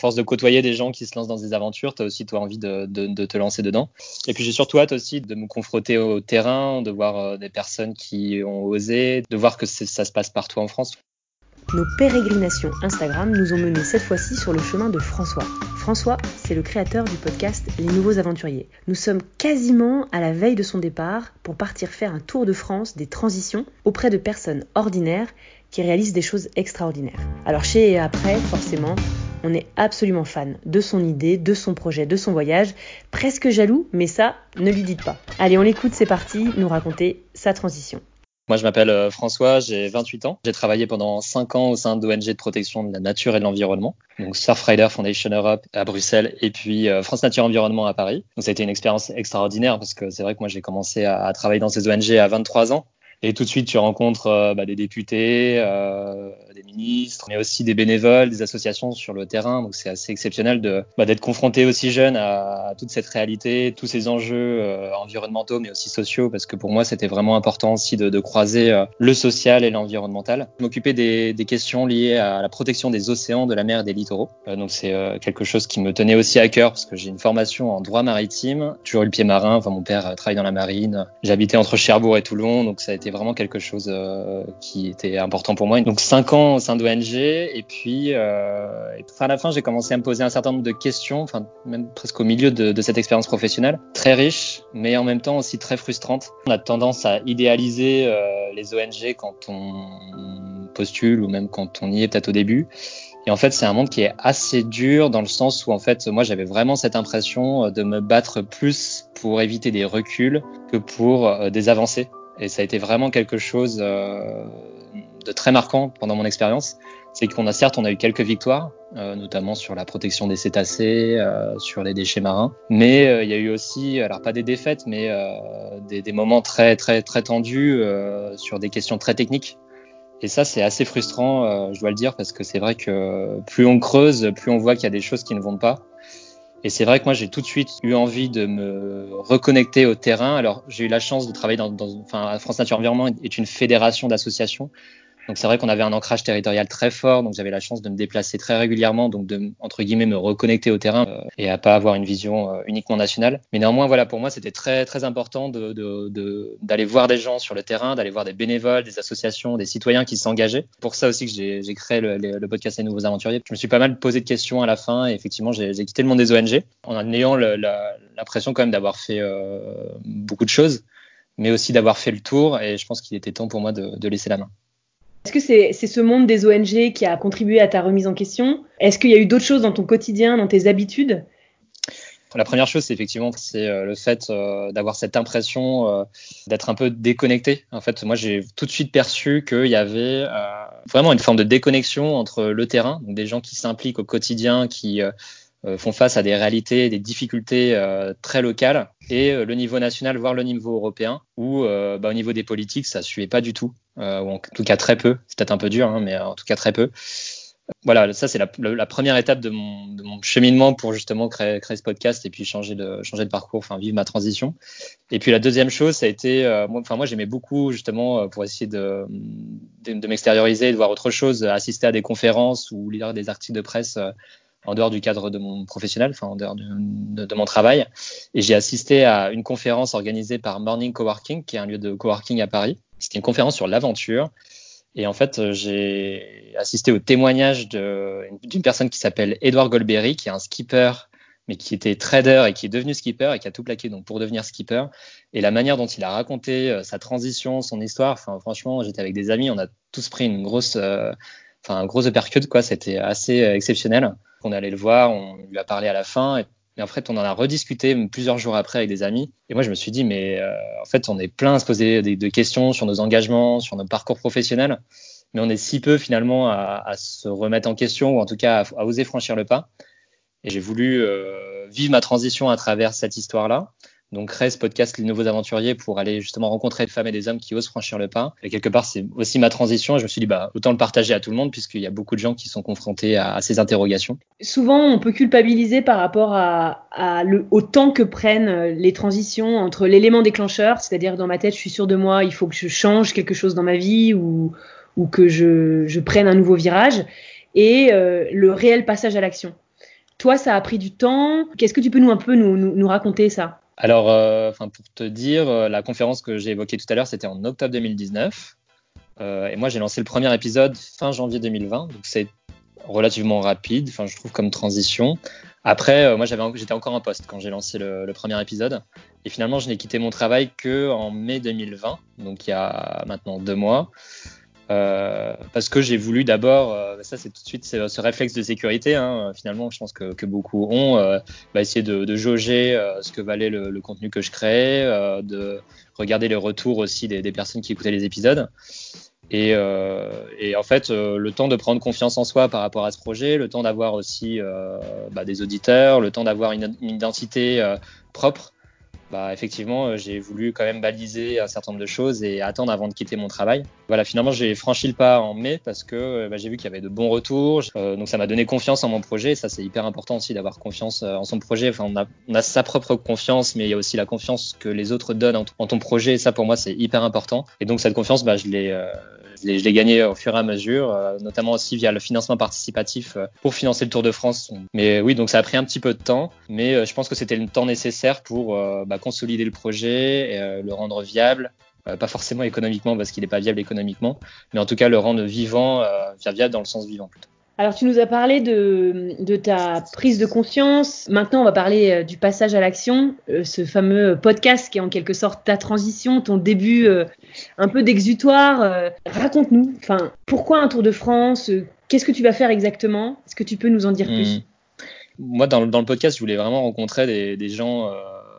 force de côtoyer des gens qui se lancent dans des aventures, tu as aussi toi envie de te lancer dedans. Et puis j'ai surtout hâte aussi de me confronter au terrain, de voir des personnes qui ont osé, de voir que ça se passe partout en France. Nos pérégrinations Instagram nous ont menés cette fois-ci sur le chemin de François. François, c'est le créateur du podcast Les Nouveaux Aventuriers. Nous sommes quasiment à la veille de son départ pour partir faire un tour de France des transitions auprès de personnes ordinaires qui réalisent des choses extraordinaires. Alors chez et après, forcément, on est absolument fan de son idée, de son projet, de son voyage. Presque jaloux, mais ça, ne lui dites pas. Allez, on l'écoute, c'est parti, nous raconter sa transition. Moi, je m'appelle François, j'ai 28 ans. J'ai travaillé pendant 5 ans au sein d'ONG de protection de la nature et de l'environnement. Donc Surfrider Foundation Europe à Bruxelles et puis France Nature Environnement à Paris. Donc ça a été une expérience extraordinaire parce que c'est vrai que moi, j'ai commencé à travailler dans ces ONG à 23 ans. Et tout de suite, tu rencontres des députés, des ministres, mais aussi des bénévoles, des associations sur le terrain. Donc, c'est assez exceptionnel d'être confronté aussi jeune à toute cette réalité, tous ces enjeux environnementaux, mais aussi sociaux, parce que pour moi, c'était vraiment important aussi de croiser le social et l'environnemental. Je m'occupais des questions liées à la protection des océans, de la mer et des littoraux. Donc, c'est quelque chose qui me tenait aussi à cœur, parce que j'ai une formation en droit maritime, toujours eu le pied marin. Enfin, mon père travaille dans la marine. J'habitais entre Cherbourg et Toulon, donc ça a été vraiment quelque chose qui était important pour moi. Donc 5 ans au sein d'ONG et puis à la fin j'ai commencé à me poser un certain nombre de questions, enfin même presque au milieu de cette expérience professionnelle, très riche mais en même temps aussi très frustrante. On a tendance à idéaliser les ONG quand on postule ou même quand on y est peut-être au début. Et en fait, c'est un monde qui est assez dur dans le sens où en fait, moi, j'avais vraiment cette impression de me battre plus pour éviter des reculs que pour des avancées. Et ça a été vraiment quelque chose de très marquant pendant mon expérience. C'est qu'on a certes, on a eu quelques victoires, notamment sur la protection des cétacés, sur les déchets marins. Mais il y a eu aussi, alors pas des défaites, mais des moments très très très tendus sur des questions très techniques. Et ça, c'est assez frustrant, je dois le dire, parce que c'est vrai que plus on creuse, plus on voit qu'il y a des choses qui ne vont pas. Et c'est vrai que moi, j'ai tout de suite eu envie de me reconnecter au terrain. Alors, j'ai eu la chance de travailler France Nature Environnement est une fédération d'associations. Donc, c'est vrai qu'on avait un ancrage territorial très fort. Donc, j'avais la chance de me déplacer très régulièrement. Donc, de, entre guillemets, me reconnecter au terrain et à pas avoir une vision uniquement nationale. Mais néanmoins, voilà, pour moi, c'était très, très important d'aller voir des gens sur le terrain, d'aller voir des bénévoles, des associations, des citoyens qui s'engageaient. Pour ça aussi que j'ai créé le podcast Les Nouveaux Aventuriers. Je me suis pas mal posé de questions à la fin et effectivement, j'ai quitté le monde des ONG en ayant l'impression quand même d'avoir fait beaucoup de choses, mais aussi d'avoir fait le tour. Et je pense qu'il était temps pour moi de laisser la main. Est-ce que c'est ce monde des ONG qui a contribué à ta remise en question ? Est-ce qu'il y a eu d'autres choses dans ton quotidien, dans tes habitudes ? La première chose, c'est le fait d'avoir cette impression d'être un peu déconnecté. En fait, moi, j'ai tout de suite perçu qu'il y avait vraiment une forme de déconnexion entre le terrain, donc des gens qui s'impliquent au quotidien, qui font face à des réalités, des difficultés très locales, et le niveau national, voire le niveau européen, où au niveau des politiques, ça suivait pas du tout, ou en tout cas très peu. C'est peut-être un peu dur, hein, mais en tout cas très peu. Voilà, ça c'est la première étape de mon cheminement pour justement créer ce podcast et puis changer de parcours, enfin vivre ma transition. Et puis la deuxième chose, ça a été, moi j'aimais beaucoup justement pour essayer de m'extérioriser, de voir autre chose, assister à des conférences ou lire des articles de presse en dehors du cadre de mon professionnel, enfin en dehors de mon travail. Et j'ai assisté à une conférence organisée par Morning Coworking, qui est un lieu de coworking à Paris. C'était une conférence sur l'aventure. Et en fait, j'ai assisté au témoignage d'une personne qui s'appelle Edouard Golbery, qui est un skipper, mais qui était trader et qui est devenu skipper et qui a tout plaqué donc pour devenir skipper. Et la manière dont il a raconté sa transition, son histoire, enfin franchement, j'étais avec des amis, on a tous pris un gros uppercut, quoi. C'était assez exceptionnel. On est allé le voir, on lui a parlé à la fin. Et en fait, on en a rediscuté plusieurs jours après avec des amis. Et moi, je me suis dit, mais en fait, on est plein à se poser de questions sur nos engagements, sur nos parcours professionnels. Mais on est si peu finalement à se remettre en question ou en tout cas à oser franchir le pas. Et j'ai voulu vivre ma transition à travers cette histoire-là. Donc, créer ce podcast Les Nouveaux Aventuriers pour aller justement rencontrer des femmes et des hommes qui osent franchir le pas. Et quelque part, c'est aussi ma transition. Et je me suis dit, autant le partager à tout le monde puisqu'il y a beaucoup de gens qui sont confrontés à ces interrogations. Souvent, on peut culpabiliser par rapport au temps que prennent les transitions entre l'élément déclencheur, c'est-à-dire dans ma tête, je suis sûre de moi, il faut que je change quelque chose dans ma vie ou que je prenne un nouveau virage, et le réel passage à l'action. Toi, ça a pris du temps. Qu'est-ce que tu peux nous raconter ça? Alors, pour te dire, la conférence que j'ai évoquée tout à l'heure, c'était en octobre 2019. Et moi, j'ai lancé le premier épisode fin janvier 2020. Donc, c'est relativement rapide, je trouve, comme transition. Après, moi, j'étais encore en poste quand j'ai lancé le premier épisode. Et finalement, je n'ai quitté mon travail qu'en mai 2020, donc il y a maintenant 2 mois. Parce que j'ai voulu d'abord, ça c'est tout de suite ce réflexe de sécurité, hein, finalement, je pense que beaucoup ont, essayer de jauger ce que valait le contenu que je créais, de regarder les retours aussi des personnes qui écoutaient les épisodes. Et en fait, le temps de prendre confiance en soi par rapport à ce projet, le temps d'avoir aussi des auditeurs, le temps d'avoir une identité propre, effectivement, j'ai voulu quand même baliser un certain nombre de choses et attendre avant de quitter mon travail. Voilà, finalement, j'ai franchi le pas en mai parce que j'ai vu qu'il y avait de bons retours. Donc, ça m'a donné confiance en mon projet. Ça, c'est hyper important aussi d'avoir confiance en son projet. Enfin, on a sa propre confiance, mais il y a aussi la confiance que les autres donnent en ton projet. Et ça, pour moi, c'est hyper important. Et donc, cette confiance, je l'ai gagnée au fur et à mesure, notamment aussi via le financement participatif pour financer le Tour de France. Mais oui, donc ça a pris un petit peu de temps, mais je pense que c'était le temps nécessaire pour consolider le projet, et, le rendre viable. Pas forcément économiquement parce qu'il n'est pas viable économiquement, mais en tout cas le rendre vivant, viable dans le sens vivant plutôt. Alors, tu nous as parlé de ta prise de conscience. Maintenant, on va parler du passage à l'action, ce fameux podcast qui est en quelque sorte ta transition, ton début un peu d'exutoire. Raconte-nous, pourquoi un Tour de France? Qu'est-ce que tu vas faire exactement? Est-ce que tu peux nous en dire plus? Moi, dans le podcast, je voulais vraiment rencontrer des gens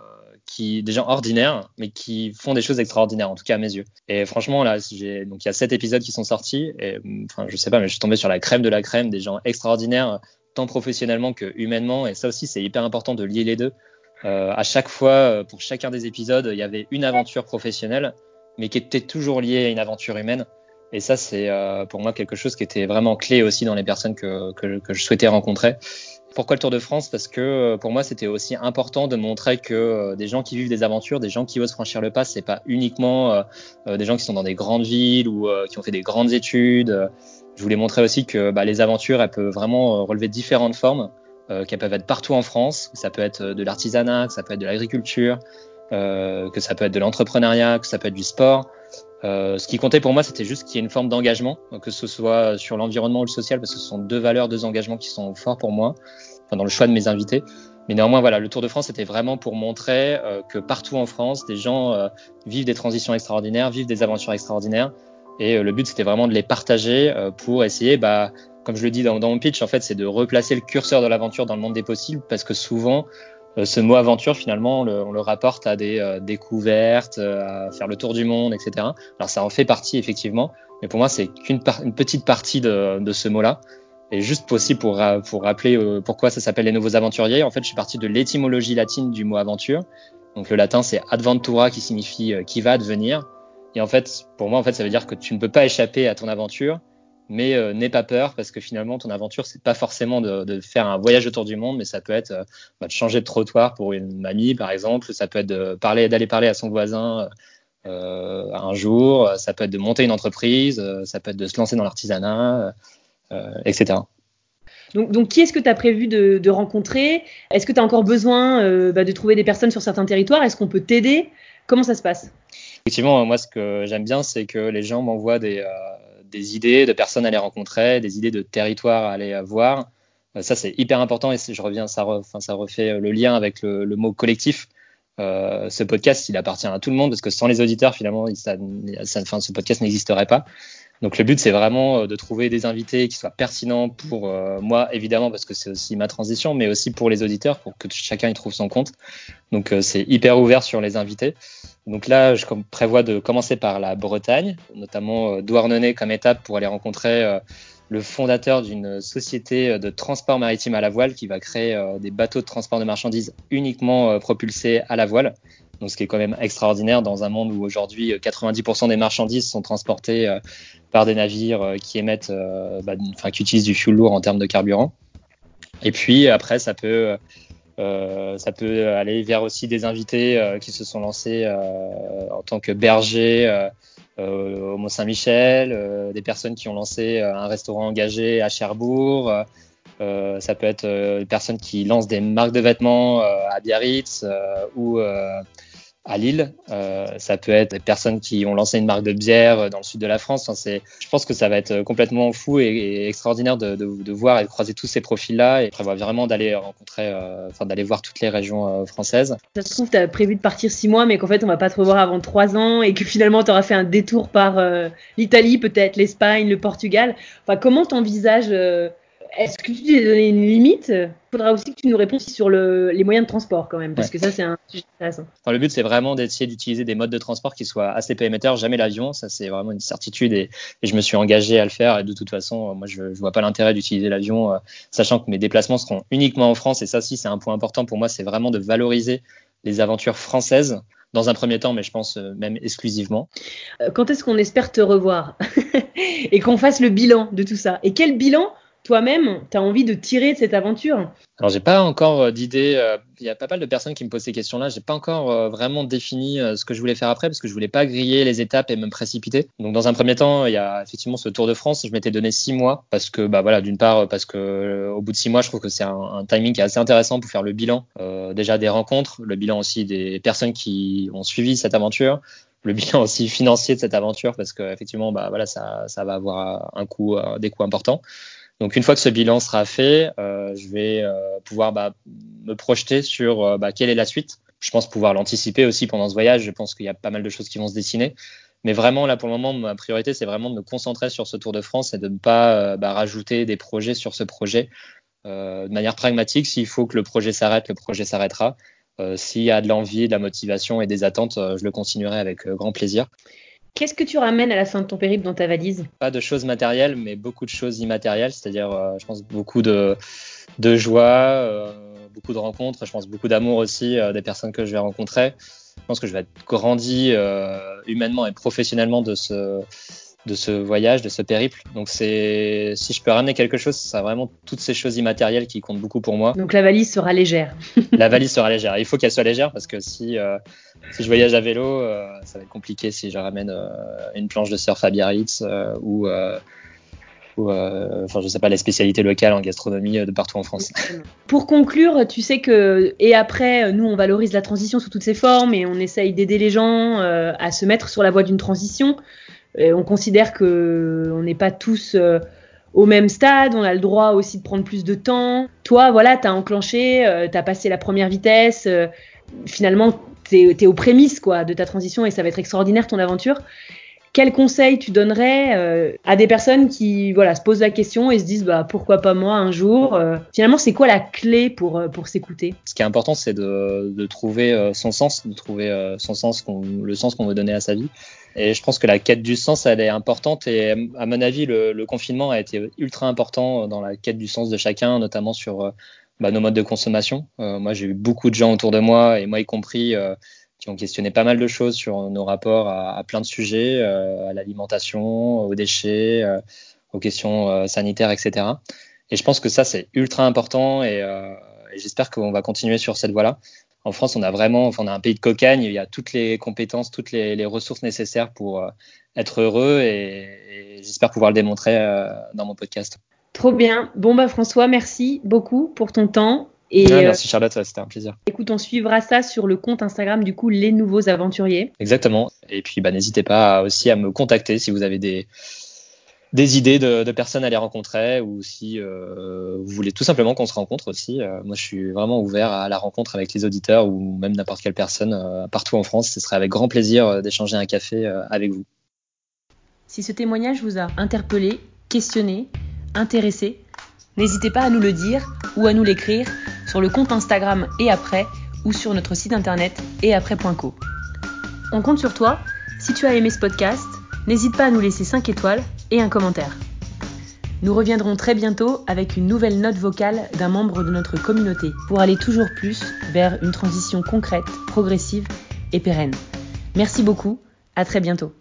des gens ordinaires, mais qui font des choses extraordinaires, en tout cas à mes yeux. Et franchement, là, donc il y a 7 épisodes qui sont sortis, et je sais pas, mais je suis tombé sur la crème de la crème, des gens extraordinaires, tant professionnellement que humainement, et ça aussi, c'est hyper important de lier les deux. À chaque fois, pour chacun des épisodes, il y avait une aventure professionnelle, mais qui était toujours liée à une aventure humaine. Et ça, c'est pour moi quelque chose qui était vraiment clé aussi dans les personnes que je souhaitais rencontrer. Pourquoi le Tour de France? Parce que pour moi, c'était aussi important de montrer que des gens qui vivent des aventures, des gens qui osent franchir le pas, c'est pas uniquement des gens qui sont dans des grandes villes ou qui ont fait des grandes études. Je voulais montrer aussi que les aventures, elles peuvent vraiment relever de différentes formes, qu'elles peuvent être partout en France. Ça peut être de l'artisanat, que ça peut être de l'agriculture, que ça peut être de l'entrepreneuriat, que ça peut être du sport. Ce qui comptait pour moi, c'était juste qu'il y ait une forme d'engagement, que ce soit sur l'environnement ou le social, parce que ce sont deux engagements qui sont forts pour moi, dans le choix de mes invités. Mais néanmoins, voilà, le Tour de France, c'était vraiment pour montrer que partout en France, des gens vivent des transitions extraordinaires, vivent des aventures extraordinaires. Et le but, c'était vraiment de les partager pour essayer, comme je le dis dans mon pitch, en fait, c'est de replacer le curseur de l'aventure dans le monde des possibles, parce que souvent, ce mot aventure, finalement, on le rapporte à des découvertes, à faire le tour du monde, etc. Alors ça en fait partie, effectivement, mais pour moi, c'est une petite partie de ce mot-là. Et juste aussi pour rappeler pourquoi ça s'appelle les nouveaux aventuriers, en fait, je suis parti de l'étymologie latine du mot aventure. Donc le latin, c'est adventura, qui signifie qui va advenir. Et en fait, pour moi, ça veut dire que tu ne peux pas échapper à ton aventure, mais n'aie pas peur, parce que finalement, ton aventure, c'est pas forcément de faire un voyage autour du monde, mais ça peut être de changer de trottoir pour une amie, par exemple. Ça peut être d'aller parler à son voisin un jour. Ça peut être de monter une entreprise. Ça peut être de se lancer dans l'artisanat, etc. Donc, qui est-ce que tu as prévu de rencontrer? Est-ce que tu as encore besoin de trouver des personnes sur certains territoires? Est-ce qu'on peut t'aider? Comment ça se passe? Effectivement, moi, ce que j'aime bien, c'est que les gens m'envoient des idées de personnes à aller rencontrer, des idées de territoires à aller voir. Ça, c'est hyper important, et je reviens, ça refait le lien avec le mot collectif. Ce podcast, il appartient à tout le monde, parce que sans les auditeurs, finalement, ce podcast n'existerait pas. Donc le but, c'est vraiment de trouver des invités qui soient pertinents pour moi, évidemment, parce que c'est aussi ma transition, mais aussi pour les auditeurs, pour que chacun y trouve son compte. Donc c'est hyper ouvert sur les invités. Donc là, je prévois de commencer par la Bretagne, notamment Douarnenez comme étape, pour aller rencontrer le fondateur d'une société de transport maritime à la voile, qui va créer des bateaux de transport de marchandises uniquement propulsés à la voile. Donc, ce qui est quand même extraordinaire dans un monde où aujourd'hui 90% des marchandises sont transportées par des navires qui qui utilisent du fuel lourd en termes de carburant. Et puis après, ça peut aller vers aussi des invités qui se sont lancés en tant que bergers au Mont-Saint-Michel, des personnes qui ont lancé un restaurant engagé à Cherbourg. Ça peut être des personnes qui lancent des marques de vêtements à Biarritz ou à Lille. Ça peut être des personnes qui ont lancé une marque de bière dans le sud de la France. Enfin, je pense que ça va être complètement fou et extraordinaire de voir et de croiser tous ces profils-là, et prévoir vraiment d'aller rencontrer, d'aller voir toutes les régions françaises. Ça se trouve, tu as prévu de partir 6 mois, mais qu'en fait, on va pas te revoir avant 3 ans et que finalement, tu auras fait un détour par l'Italie, peut-être l'Espagne, le Portugal. Enfin, comment t'envisages est-ce que tu t'es donné une limite? Il faudra aussi que tu nous répondes sur les moyens de transport quand même, parce que ça, c'est un sujet intéressant. Enfin, le but, c'est vraiment d'essayer d'utiliser des modes de transport qui soient assez peu émetteurs, jamais l'avion. Ça, c'est vraiment une certitude et je me suis engagé à le faire. Et de toute façon, moi, je vois pas l'intérêt d'utiliser l'avion, sachant que mes déplacements seront uniquement en France. Et ça aussi, c'est un point important pour moi, c'est vraiment de valoriser les aventures françaises dans un premier temps, mais je pense même exclusivement. Quand est-ce qu'on espère te revoir et qu'on fasse le bilan de tout ça? Et quel bilan toi-même, tu as envie de tirer de cette aventure? Alors, j'ai pas encore d'idée. Il y a pas mal de personnes qui me posent ces questions-là. J'ai pas encore vraiment défini ce que je voulais faire après, parce que je voulais pas griller les étapes et me précipiter. Donc, dans un premier temps, il y a effectivement ce Tour de France. Je m'étais donné 6 mois parce que, d'une part, parce que au bout de 6 mois, je trouve que c'est un timing qui est assez intéressant pour faire le bilan. Déjà des rencontres, le bilan aussi des personnes qui ont suivi cette aventure. Le bilan aussi financier de cette aventure, parce que effectivement, ça va avoir un coût, des coûts importants. Donc une fois que ce bilan sera fait, je vais pouvoir me projeter sur quelle est la suite. Je pense pouvoir l'anticiper aussi pendant ce voyage. Je pense qu'il y a pas mal de choses qui vont se dessiner. Mais vraiment, là, pour le moment, ma priorité, c'est vraiment de me concentrer sur ce Tour de France et de ne pas rajouter des projets sur ce projet. De manière pragmatique, s'il faut que le projet s'arrête, le projet s'arrêtera. S'il y a de l'envie, de la motivation et des attentes, je le continuerai avec grand plaisir. Qu'est-ce que tu ramènes à la fin de ton périple dans ta valise? Pas de choses matérielles, mais beaucoup de choses immatérielles, c'est-à-dire, je pense, beaucoup de joie, beaucoup de rencontres, je pense beaucoup d'amour aussi des personnes que je vais rencontrer. Je pense que je vais être grandi humainement et professionnellement de ce voyage, de ce périple. Donc si je peux ramener quelque chose, ce sera vraiment toutes ces choses immatérielles qui comptent beaucoup pour moi. Donc la valise sera légère. La valise sera légère. Il faut qu'elle soit légère, parce que si je voyage à vélo, ça va être compliqué si je ramène une planche de surf à Biarritz ou je sais pas, les spécialités locales en gastronomie de partout en France. Pour conclure, tu sais que, et après, nous, on valorise la transition sous toutes ses formes et on essaye d'aider les gens à se mettre sur la voie d'une transition. On considère qu'on n'est pas tous au même stade, on a le droit aussi de prendre plus de temps. Toi, voilà, t'as enclenché, t'as passé la première vitesse, finalement, t'es aux prémices quoi, de ta transition et ça va être extraordinaire ton aventure. Quel conseil tu donnerais à des personnes qui se posent la question et se disent pourquoi pas moi un jour Finalement, c'est quoi la clé pour s'écouter? Ce qui est important, c'est de trouver son sens, de trouver son sens, le sens qu'on veut donner à sa vie. Et je pense que la quête du sens, elle est importante. Et à mon avis, le confinement a été ultra important dans la quête du sens de chacun, notamment sur nos modes de consommation. Moi, j'ai eu beaucoup de gens autour de moi, et moi y compris, qui ont questionné pas mal de choses sur nos rapports à plein de sujets, à l'alimentation, aux déchets, aux questions sanitaires, etc. Et je pense que ça, c'est ultra important, et j'espère qu'on va continuer sur cette voie-là. En France, on a un pays de cocagne, il y a toutes les compétences, toutes les ressources nécessaires pour être heureux, et j'espère pouvoir le démontrer dans mon podcast. Trop bien. Bon François, merci beaucoup pour ton temps. Merci Charlotte, c'était un plaisir. Écoute, on suivra ça sur le compte Instagram du coup Les Nouveaux Aventuriers. Exactement. Et puis n'hésitez pas aussi à me contacter si vous avez des idées de personnes à les rencontrer, ou si vous voulez tout simplement qu'on se rencontre aussi. Moi, je suis vraiment ouvert à la rencontre avec les auditeurs, ou même n'importe quelle personne partout en France. Ce serait avec grand plaisir d'échanger un café avec vous. Si ce témoignage vous a interpellé, questionné, intéressé, n'hésitez pas à nous le dire ou à nous l'écrire sur le compte Instagram Et Après ou sur notre site internet etaprès.co. On compte sur toi. Si tu as aimé ce podcast, n'hésite pas à nous laisser 5 étoiles et un commentaire. Nous reviendrons très bientôt avec une nouvelle note vocale d'un membre de notre communauté pour aller toujours plus vers une transition concrète, progressive et pérenne. Merci beaucoup, à très bientôt.